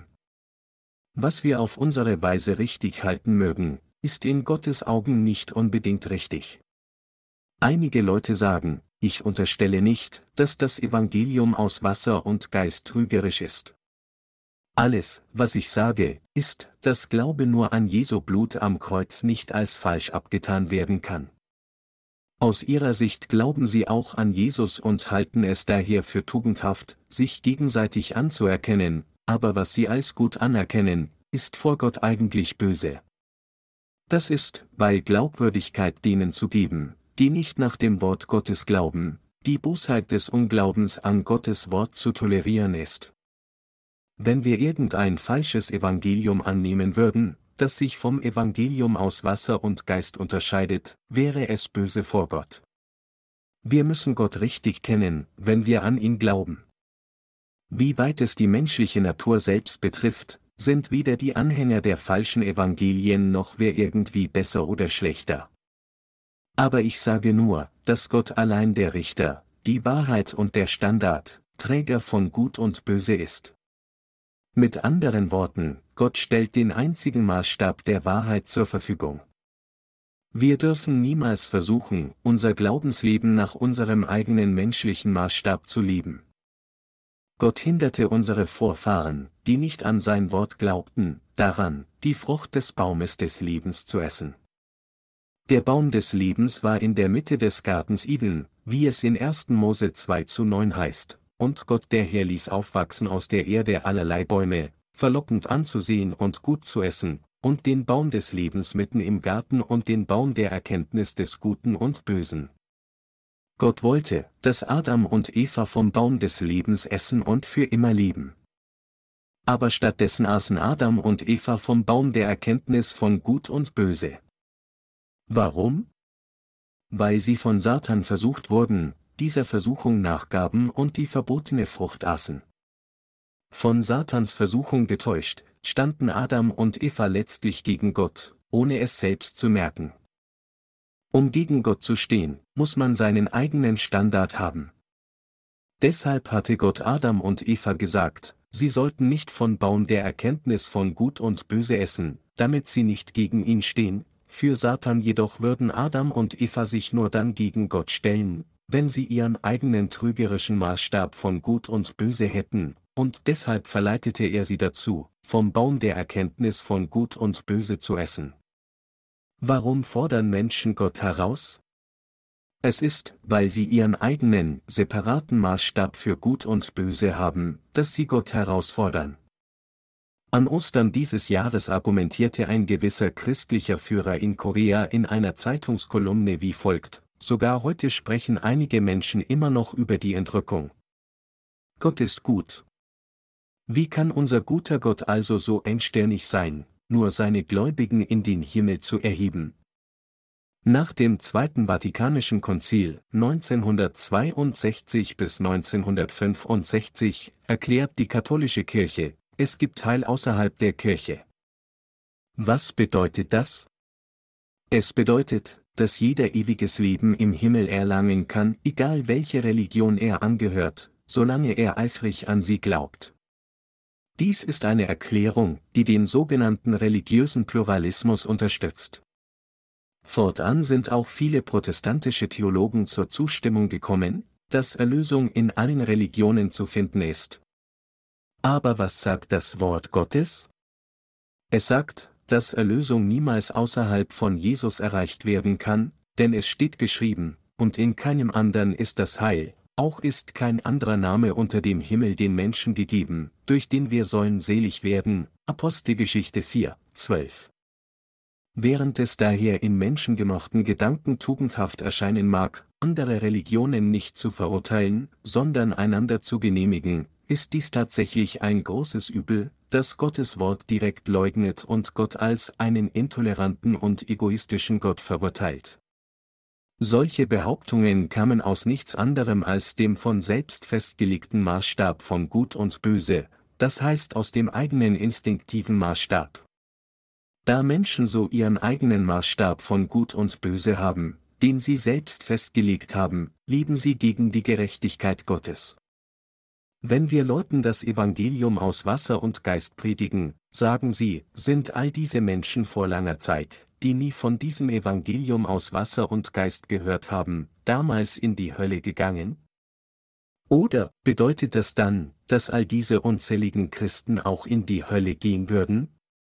Was wir auf unsere Weise richtig halten mögen, ist in Gottes Augen nicht unbedingt richtig. Einige Leute sagen, ich unterstelle nicht, dass das Evangelium aus Wasser und Geist trügerisch ist. Alles, was ich sage, ist, dass Glaube nur an Jesu Blut am Kreuz nicht als falsch abgetan werden kann. Aus ihrer Sicht glauben sie auch an Jesus und halten es daher für tugendhaft, sich gegenseitig anzuerkennen, aber was sie als gut anerkennen, ist vor Gott eigentlich böse. Das ist, weil Glaubwürdigkeit denen zu geben, die nicht nach dem Wort Gottes glauben, die Bosheit des Unglaubens an Gottes Wort zu tolerieren ist. Wenn wir irgendein falsches Evangelium annehmen würden, das sich vom Evangelium aus Wasser und Geist unterscheidet, wäre es böse vor Gott. Wir müssen Gott richtig kennen, wenn wir an ihn glauben. Wie weit es die menschliche Natur selbst betrifft, sind weder die Anhänger der falschen Evangelien noch wer irgendwie besser oder schlechter. Aber ich sage nur, dass Gott allein der Richter, die Wahrheit und der Standard, Träger von Gut und Böse ist. Mit anderen Worten, Gott stellt den einzigen Maßstab der Wahrheit zur Verfügung. Wir dürfen niemals versuchen, unser Glaubensleben nach unserem eigenen menschlichen Maßstab zu leben. Gott hinderte unsere Vorfahren, die nicht an sein Wort glaubten, daran, die Frucht des Baumes des Lebens zu essen. Der Baum des Lebens war in der Mitte des Gartens Eden, wie es in 1. Mose 2:9 heißt, und Gott der Herr ließ aufwachsen aus der Erde allerlei Bäume, verlockend anzusehen und gut zu essen, und den Baum des Lebens mitten im Garten und den Baum der Erkenntnis des Guten und Bösen. Gott wollte, dass Adam und Eva vom Baum des Lebens essen und für immer leben. Aber stattdessen aßen Adam und Eva vom Baum der Erkenntnis von Gut und Böse. Warum? Weil sie von Satan versucht wurden, dieser Versuchung nachgaben und die verbotene Frucht aßen. Von Satans Versuchung getäuscht, standen Adam und Eva letztlich gegen Gott, ohne es selbst zu merken. Um gegen Gott zu stehen, muss man seinen eigenen Standard haben. Deshalb hatte Gott Adam und Eva gesagt, sie sollten nicht von Baum der Erkenntnis von Gut und Böse essen, damit sie nicht gegen ihn stehen, für Satan jedoch würden Adam und Eva sich nur dann gegen Gott stellen, wenn sie ihren eigenen trügerischen Maßstab von Gut und Böse hätten, und deshalb verleitete er sie dazu, vom Baum der Erkenntnis von Gut und Böse zu essen. Warum fordern Menschen Gott heraus? Es ist, weil sie ihren eigenen, separaten Maßstab für Gut und Böse haben, dass sie Gott herausfordern. An Ostern dieses Jahres argumentierte ein gewisser christlicher Führer in Korea in einer Zeitungskolumne wie folgt: Sogar heute sprechen einige Menschen immer noch über die Entrückung. Gott ist gut. Wie kann unser guter Gott also so engstirnig sein, nur seine Gläubigen in den Himmel zu erheben? Nach dem Zweiten Vatikanischen Konzil 1962 bis 1965 erklärt die katholische Kirche: Es gibt Heil außerhalb der Kirche. Was bedeutet das? Es bedeutet, dass jeder ewiges Leben im Himmel erlangen kann, egal welche Religion er angehört, solange er eifrig an sie glaubt. Dies ist eine Erklärung, die den sogenannten religiösen Pluralismus unterstützt. Fortan sind auch viele protestantische Theologen zur Zustimmung gekommen, dass Erlösung in allen Religionen zu finden ist. Aber was sagt das Wort Gottes? Es sagt, dass Erlösung niemals außerhalb von Jesus erreicht werden kann, denn es steht geschrieben: Und in keinem anderen ist das Heil, auch ist kein anderer Name unter dem Himmel den Menschen gegeben, durch den wir sollen selig werden. Apostelgeschichte 4,12. Während es daher in menschengemachten Gedanken tugendhaft erscheinen mag, andere Religionen nicht zu verurteilen, sondern einander zu genehmigen, ist dies tatsächlich ein großes Übel, das Gottes Wort direkt leugnet und Gott als einen intoleranten und egoistischen Gott verurteilt. Solche Behauptungen kamen aus nichts anderem als dem von selbst festgelegten Maßstab von Gut und Böse, das heißt aus dem eigenen instinktiven Maßstab. Da Menschen so ihren eigenen Maßstab von Gut und Böse haben, den sie selbst festgelegt haben, leben sie gegen die Gerechtigkeit Gottes. Wenn wir Leuten das Evangelium aus Wasser und Geist predigen, sagen sie, sind all diese Menschen vor langer Zeit, die nie von diesem Evangelium aus Wasser und Geist gehört haben, damals in die Hölle gegangen? Oder bedeutet das dann, dass all diese unzähligen Christen auch in die Hölle gehen würden?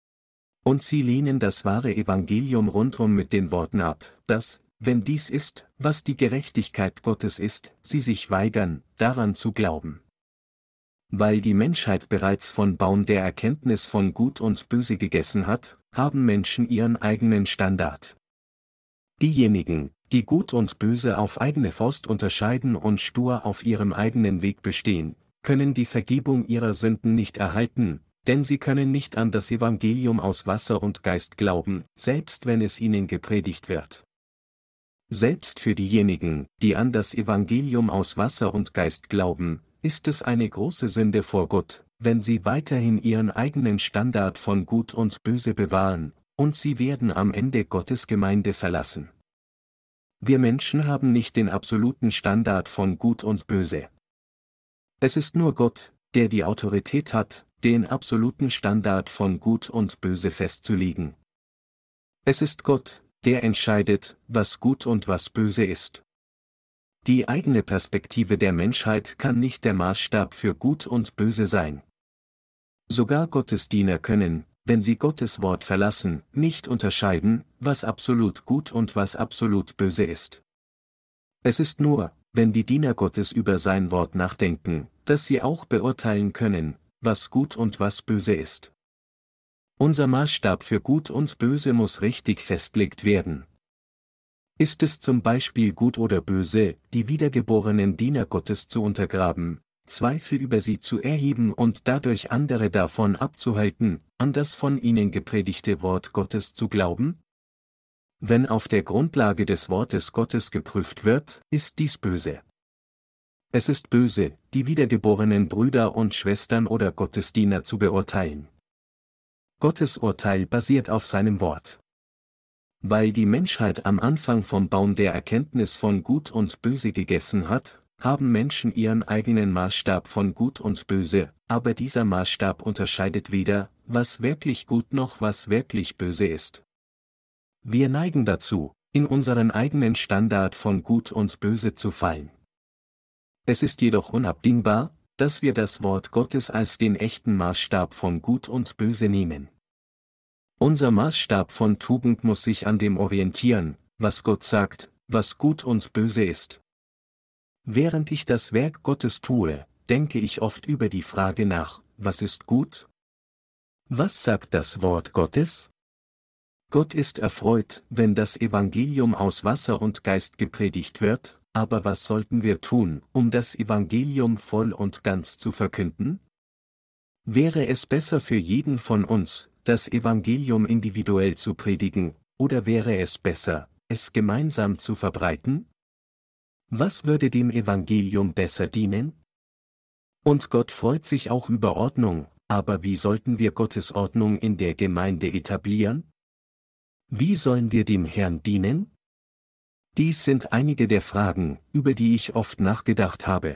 Und sie lehnen das wahre Evangelium rundum mit den Worten ab, dass, wenn dies ist, was die Gerechtigkeit Gottes ist, sie sich weigern, daran zu glauben. Weil die Menschheit bereits von Baum der Erkenntnis von Gut und Böse gegessen hat, haben Menschen ihren eigenen Standard. Diejenigen, die Gut und Böse auf eigene Faust unterscheiden und stur auf ihrem eigenen Weg bestehen, können die Vergebung ihrer Sünden nicht erhalten, denn sie können nicht an das Evangelium aus Wasser und Geist glauben, selbst wenn es ihnen gepredigt wird. Selbst für diejenigen, die an das Evangelium aus Wasser und Geist glauben, ist es eine große Sünde vor Gott, wenn sie weiterhin ihren eigenen Standard von Gut und Böse bewahren, und sie werden am Ende Gottes Gemeinde verlassen. Wir Menschen haben nicht den absoluten Standard von Gut und Böse. Es ist nur Gott, der die Autorität hat, den absoluten Standard von Gut und Böse festzulegen. Es ist Gott, der entscheidet, was gut und was böse ist. Die eigene Perspektive der Menschheit kann nicht der Maßstab für Gut und Böse sein. Sogar Gottes Diener können, wenn sie Gottes Wort verlassen, nicht unterscheiden, was absolut gut und was absolut böse ist. Es ist nur, wenn die Diener Gottes über sein Wort nachdenken, dass sie auch beurteilen können, was gut und was böse ist. Unser Maßstab für Gut und Böse muss richtig festgelegt werden. Ist es zum Beispiel gut oder böse, die wiedergeborenen Diener Gottes zu untergraben, Zweifel über sie zu erheben und dadurch andere davon abzuhalten, an das von ihnen gepredigte Wort Gottes zu glauben? Wenn auf der Grundlage des Wortes Gottes geprüft wird, ist dies böse. Es ist böse, die wiedergeborenen Brüder und Schwestern oder Gottesdiener zu beurteilen. Gottes Urteil basiert auf seinem Wort. Weil die Menschheit am Anfang vom Baum der Erkenntnis von Gut und Böse gegessen hat, haben Menschen ihren eigenen Maßstab von Gut und Böse, aber dieser Maßstab unterscheidet weder, was wirklich gut noch was wirklich böse ist. Wir neigen dazu, in unseren eigenen Standard von Gut und Böse zu fallen. Es ist jedoch unabdingbar, dass wir das Wort Gottes als den echten Maßstab von Gut und Böse nehmen. Unser Maßstab von Tugend muss sich an dem orientieren, was Gott sagt, was gut und böse ist. Während ich das Werk Gottes tue, denke ich oft über die Frage nach, was ist gut? Was sagt das Wort Gottes? Gott ist erfreut, wenn das Evangelium aus Wasser und Geist gepredigt wird, aber was sollten wir tun, um das Evangelium voll und ganz zu verkünden? Wäre es besser für jeden von uns, das Evangelium individuell zu predigen, oder wäre es besser, es gemeinsam zu verbreiten? Was würde dem Evangelium besser dienen? Und Gott freut sich auch über Ordnung, aber wie sollten wir Gottes Ordnung in der Gemeinde etablieren? Wie sollen wir dem Herrn dienen? Dies sind einige der Fragen, über die ich oft nachgedacht habe.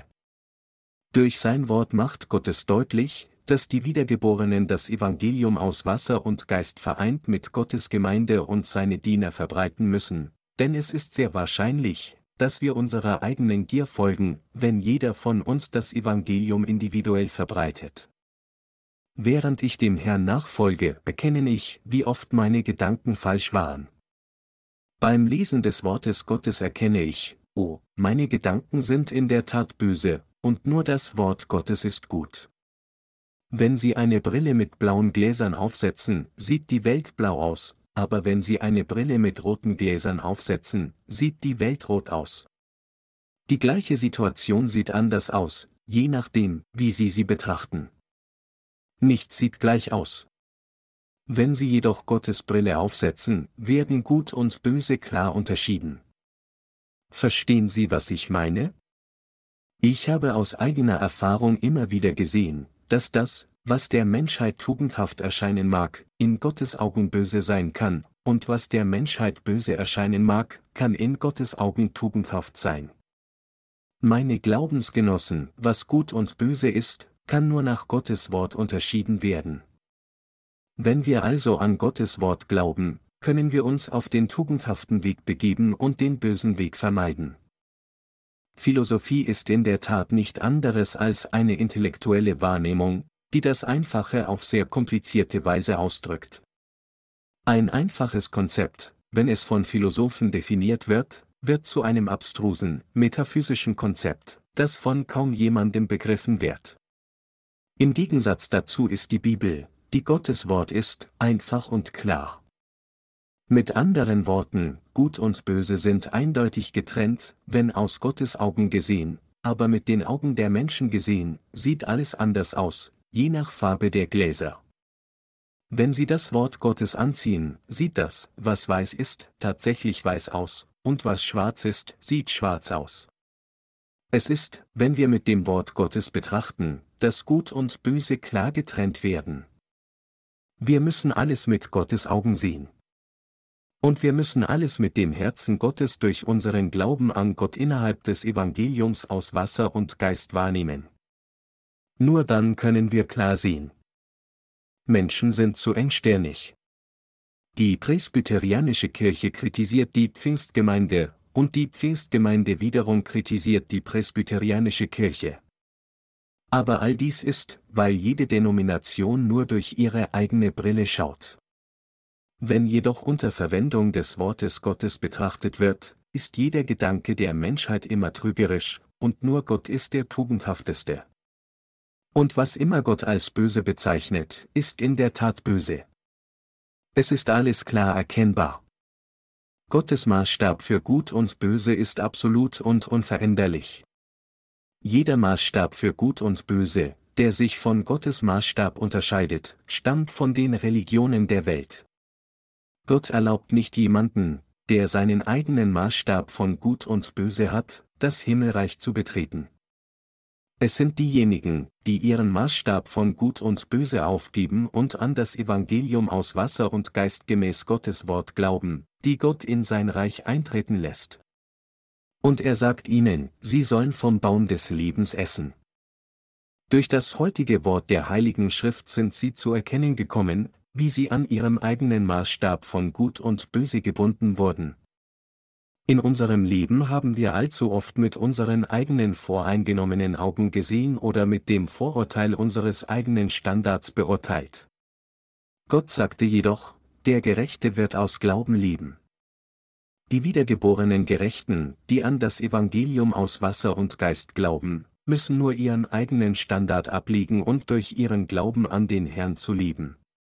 Durch sein Wort macht Gott es deutlich, dass die Wiedergeborenen das Evangelium aus Wasser und Geist vereint mit Gottes Gemeinde und seine Diener verbreiten müssen, denn es ist sehr wahrscheinlich, dass wir unserer eigenen Gier folgen, wenn jeder von uns das Evangelium individuell verbreitet. Während ich dem Herrn nachfolge, erkenne ich, wie oft meine Gedanken falsch waren. Beim Lesen des Wortes Gottes erkenne ich, oh, meine Gedanken sind in der Tat böse, und nur das Wort Gottes ist gut. Wenn Sie eine Brille mit blauen Gläsern aufsetzen, sieht die Welt blau aus, aber wenn Sie eine Brille mit roten Gläsern aufsetzen, sieht die Welt rot aus. Die gleiche Situation sieht anders aus, je nachdem, wie Sie sie betrachten. Nichts sieht gleich aus. Wenn Sie jedoch Gottes Brille aufsetzen, werden Gut und Böse klar unterschieden. Verstehen Sie, was ich meine? Ich habe aus eigener Erfahrung immer wieder gesehen, dass das, was der Menschheit tugendhaft erscheinen mag, in Gottes Augen böse sein kann, und was der Menschheit böse erscheinen mag, kann in Gottes Augen tugendhaft sein. Meine Glaubensgenossen, was gut und böse ist, kann nur nach Gottes Wort unterschieden werden. Wenn wir also an Gottes Wort glauben, können wir uns auf den tugendhaften Weg begeben und den bösen Weg vermeiden. Philosophie ist in der Tat nicht anderes als eine intellektuelle Wahrnehmung, die das Einfache auf sehr komplizierte Weise ausdrückt. Ein einfaches Konzept, wenn es von Philosophen definiert wird, wird zu einem abstrusen, metaphysischen Konzept, das von kaum jemandem begriffen wird. Im Gegensatz dazu ist die Bibel, die Gottes Wort ist, einfach und klar. Mit anderen Worten, Gut und Böse sind eindeutig getrennt, wenn aus Gottes Augen gesehen, aber mit den Augen der Menschen gesehen, sieht alles anders aus, je nach Farbe der Gläser. Wenn Sie das Wort Gottes anziehen, sieht das, was weiß ist, tatsächlich weiß aus, und was schwarz ist, sieht schwarz aus. Es ist, wenn wir mit dem Wort Gottes betrachten, dass Gut und Böse klar getrennt werden. Wir müssen alles mit Gottes Augen sehen. Und wir müssen alles mit dem Herzen Gottes durch unseren Glauben an Gott innerhalb des Evangeliums aus Wasser und Geist wahrnehmen. Nur dann können wir klar sehen. Menschen sind zu engstirnig. Die presbyterianische Kirche kritisiert die Pfingstgemeinde, und die Pfingstgemeinde wiederum kritisiert die presbyterianische Kirche. Aber all dies ist, weil jede Denomination nur durch ihre eigene Brille schaut. Wenn jedoch unter Verwendung des Wortes Gottes betrachtet wird, ist jeder Gedanke der Menschheit immer trügerisch, und nur Gott ist der tugendhafteste. Und was immer Gott als böse bezeichnet, ist in der Tat böse. Es ist alles klar erkennbar. Gottes Maßstab für Gut und Böse ist absolut und unveränderlich. Jeder Maßstab für Gut und Böse, der sich von Gottes Maßstab unterscheidet, stammt von den Religionen der Welt. Gott erlaubt nicht jemanden, der seinen eigenen Maßstab von Gut und Böse hat, das Himmelreich zu betreten. Es sind diejenigen, die ihren Maßstab von Gut und Böse aufgeben und an das Evangelium aus Wasser und Geist gemäß Gottes Wort glauben, die Gott in sein Reich eintreten lässt. Und er sagt ihnen, sie sollen vom Baum des Lebens essen. Durch das heutige Wort der Heiligen Schrift sind sie zu erkennen gekommen, wie sie an ihrem eigenen Maßstab von Gut und Böse gebunden wurden. In unserem Leben haben wir allzu oft mit unseren eigenen voreingenommenen Augen gesehen oder mit dem Vorurteil unseres eigenen Standards beurteilt. Gott sagte jedoch, der Gerechte wird aus Glauben leben. Die wiedergeborenen Gerechten, die an das Evangelium aus Wasser und Geist glauben, müssen nur ihren eigenen Standard ablegen und durch ihren Glauben an den Herrn zu leben.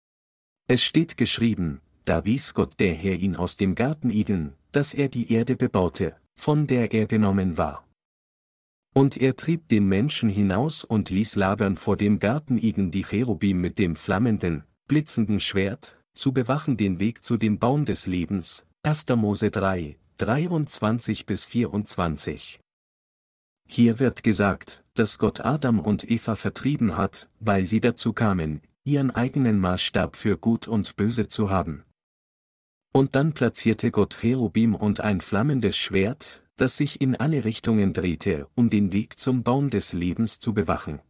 Es steht geschrieben, da wies Gott der Herr ihn aus dem Garten Eden, dass er die Erde bebaute, von der er genommen war. Und er trieb den Menschen hinaus und ließ lagern vor dem Garten Eden die Cherubim mit dem flammenden, blitzenden Schwert, zu bewachen den Weg zu dem Baum des Lebens. 1. Mose 3, 23-24. Hier wird gesagt, dass Gott Adam und Eva vertrieben hat, weil sie dazu kamen, ihren eigenen Maßstab für Gut und Böse zu haben. Und dann platzierte Gott Cherubim und ein flammendes Schwert, das sich in alle Richtungen drehte, um den Weg zum Baum des Lebens zu bewachen.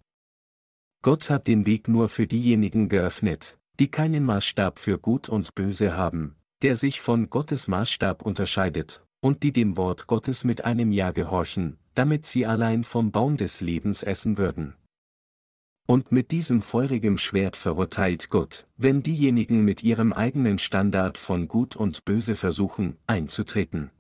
Gott hat den Weg nur für diejenigen geöffnet, die keinen Maßstab für Gut und Böse haben, der sich von Gottes Maßstab unterscheidet, und die dem Wort Gottes mit einem Ja gehorchen, damit sie allein vom Baum des Lebens essen würden. Und mit diesem feurigen Schwert verurteilt Gott, wenn diejenigen mit ihrem eigenen Standard von Gut und Böse versuchen, einzutreten.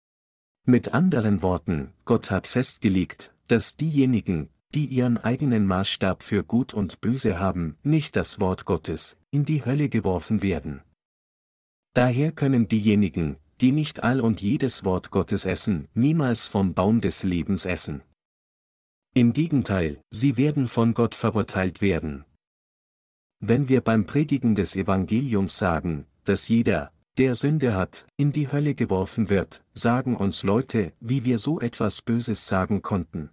Mit anderen Worten, Gott hat festgelegt, dass diejenigen, die ihren eigenen Maßstab für Gut und Böse haben, nicht das Wort Gottes, in die Hölle geworfen werden. Daher können diejenigen, die nicht all und jedes Wort Gottes essen, niemals vom Baum des Lebens essen. Im Gegenteil, sie werden von Gott verurteilt werden. Wenn wir beim Predigen des Evangeliums sagen, dass jeder, der Sünde hat, in die Hölle geworfen wird, sagen uns Leute, wie wir so etwas Böses sagen konnten.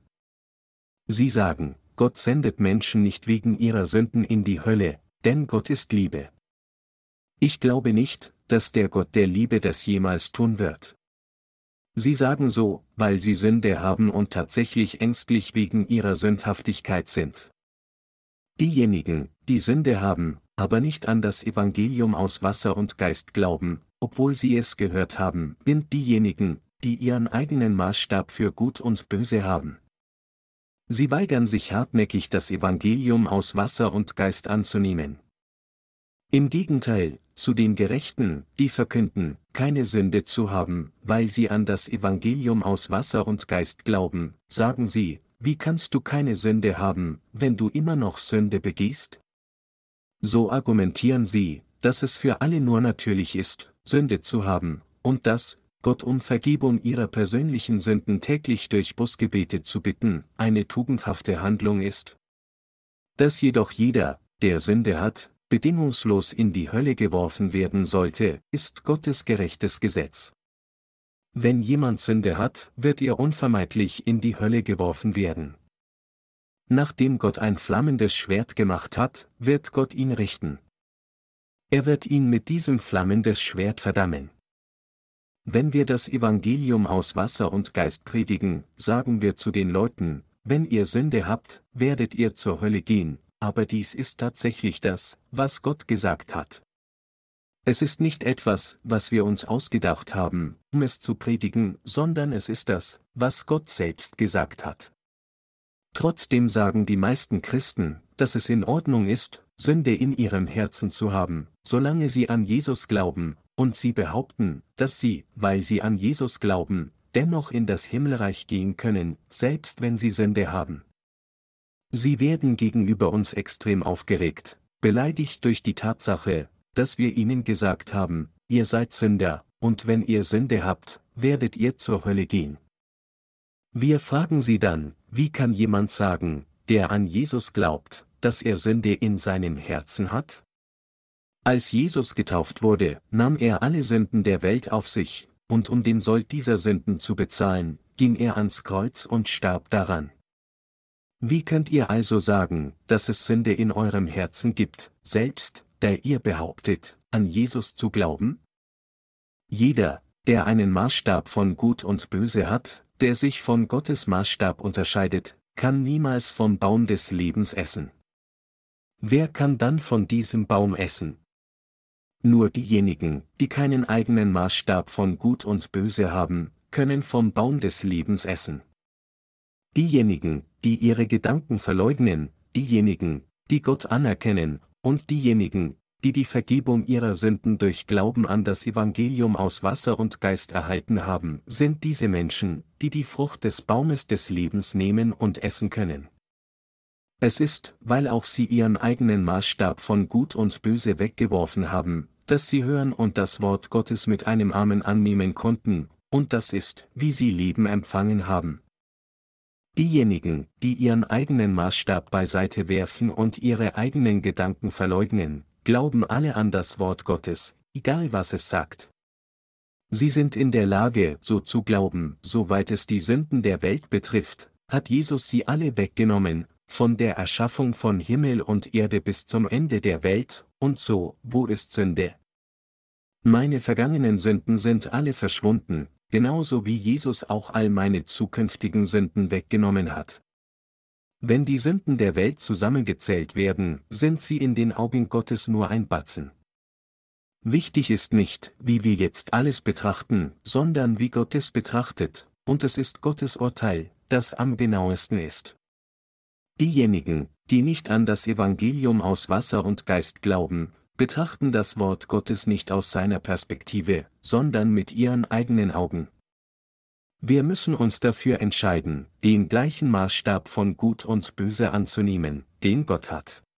Sie sagen, Gott sendet Menschen nicht wegen ihrer Sünden in die Hölle, denn Gott ist Liebe. Ich glaube nicht, dass der Gott der Liebe das jemals tun wird. Sie sagen so, weil sie Sünde haben und tatsächlich ängstlich wegen ihrer Sündhaftigkeit sind. Diejenigen, die Sünde haben, aber nicht an das Evangelium aus Wasser und Geist glauben, obwohl sie es gehört haben, sind diejenigen, die ihren eigenen Maßstab für Gut und Böse haben. Sie weigern sich hartnäckig, das Evangelium aus Wasser und Geist anzunehmen. Im Gegenteil, zu den Gerechten, die verkünden, keine Sünde zu haben, weil sie an das Evangelium aus Wasser und Geist glauben, sagen sie, wie kannst du keine Sünde haben, wenn du immer noch Sünde begehst? So argumentieren sie, dass es für alle nur natürlich ist, Sünde zu haben, und dass, Gott um Vergebung ihrer persönlichen Sünden täglich durch Bußgebete zu bitten, eine tugendhafte Handlung ist. Dass jedoch jeder, der Sünde hat, bedingungslos in die Hölle geworfen werden sollte, ist Gottes gerechtes Gesetz. Wenn jemand Sünde hat, wird er unvermeidlich in die Hölle geworfen werden. Nachdem Gott ein flammendes Schwert gemacht hat, wird Gott ihn richten. Er wird ihn mit diesem flammendes Schwert verdammen. Wenn wir das Evangelium aus Wasser und Geist predigen, sagen wir zu den Leuten, wenn ihr Sünde habt, werdet ihr zur Hölle gehen, aber dies ist tatsächlich das, was Gott gesagt hat. Es ist nicht etwas, was wir uns ausgedacht haben, um es zu predigen, sondern es ist das, was Gott selbst gesagt hat. Trotzdem sagen die meisten Christen, dass es in Ordnung ist, Sünde in ihrem Herzen zu haben, solange sie an Jesus glauben, und sie behaupten, dass sie, weil sie an Jesus glauben, dennoch in das Himmelreich gehen können, selbst wenn sie Sünde haben. Sie werden gegenüber uns extrem aufgeregt, beleidigt durch die Tatsache, dass wir ihnen gesagt haben, ihr seid Sünder, und wenn ihr Sünde habt, werdet ihr zur Hölle gehen. Wir fragen sie dann, wie kann jemand sagen, der an Jesus glaubt, dass er Sünde in seinem Herzen hat? Als Jesus getauft wurde, nahm er alle Sünden der Welt auf sich, und um den Sold dieser Sünden zu bezahlen, ging er ans Kreuz und starb daran. Wie könnt ihr also sagen, dass es Sünde in eurem Herzen gibt, selbst, da ihr behauptet, an Jesus zu glauben? Jeder, der einen Maßstab von Gut und Böse hat, der sich von Gottes Maßstab unterscheidet, kann niemals vom Baum des Lebens essen. Wer kann dann von diesem Baum essen? Nur diejenigen, die keinen eigenen Maßstab von Gut und Böse haben, können vom Baum des Lebens essen. Diejenigen, die ihre Gedanken verleugnen, diejenigen, die Gott anerkennen, und diejenigen, die die Vergebung ihrer Sünden durch Glauben an das Evangelium aus Wasser und Geist erhalten haben, sind diese Menschen, die die Frucht des Baumes des Lebens nehmen und essen können. Es ist, weil auch sie ihren eigenen Maßstab von Gut und Böse weggeworfen haben, dass sie hören und das Wort Gottes mit einem Amen annehmen konnten, und das ist, wie sie Leben empfangen haben. Diejenigen, die ihren eigenen Maßstab beiseite werfen und ihre eigenen Gedanken verleugnen, glauben alle an das Wort Gottes, egal was es sagt. Sie sind in der Lage, so zu glauben, soweit es die Sünden der Welt betrifft, hat Jesus sie alle weggenommen, von der Erschaffung von Himmel und Erde bis zum Ende der Welt, und so, wo ist Sünde? Meine vergangenen Sünden sind alle verschwunden, genauso wie Jesus auch all meine zukünftigen Sünden weggenommen hat. Wenn die Sünden der Welt zusammengezählt werden, sind sie in den Augen Gottes nur ein Batzen. Wichtig ist nicht, wie wir jetzt alles betrachten, sondern wie Gott es betrachtet, und es ist Gottes Urteil, das am genauesten ist. Diejenigen, die nicht an das Evangelium aus Wasser und Geist glauben, betrachten das Wort Gottes nicht aus seiner Perspektive, sondern mit ihren eigenen Augen. Wir müssen uns dafür entscheiden, den gleichen Maßstab von Gut und Böse anzunehmen, den Gott hat.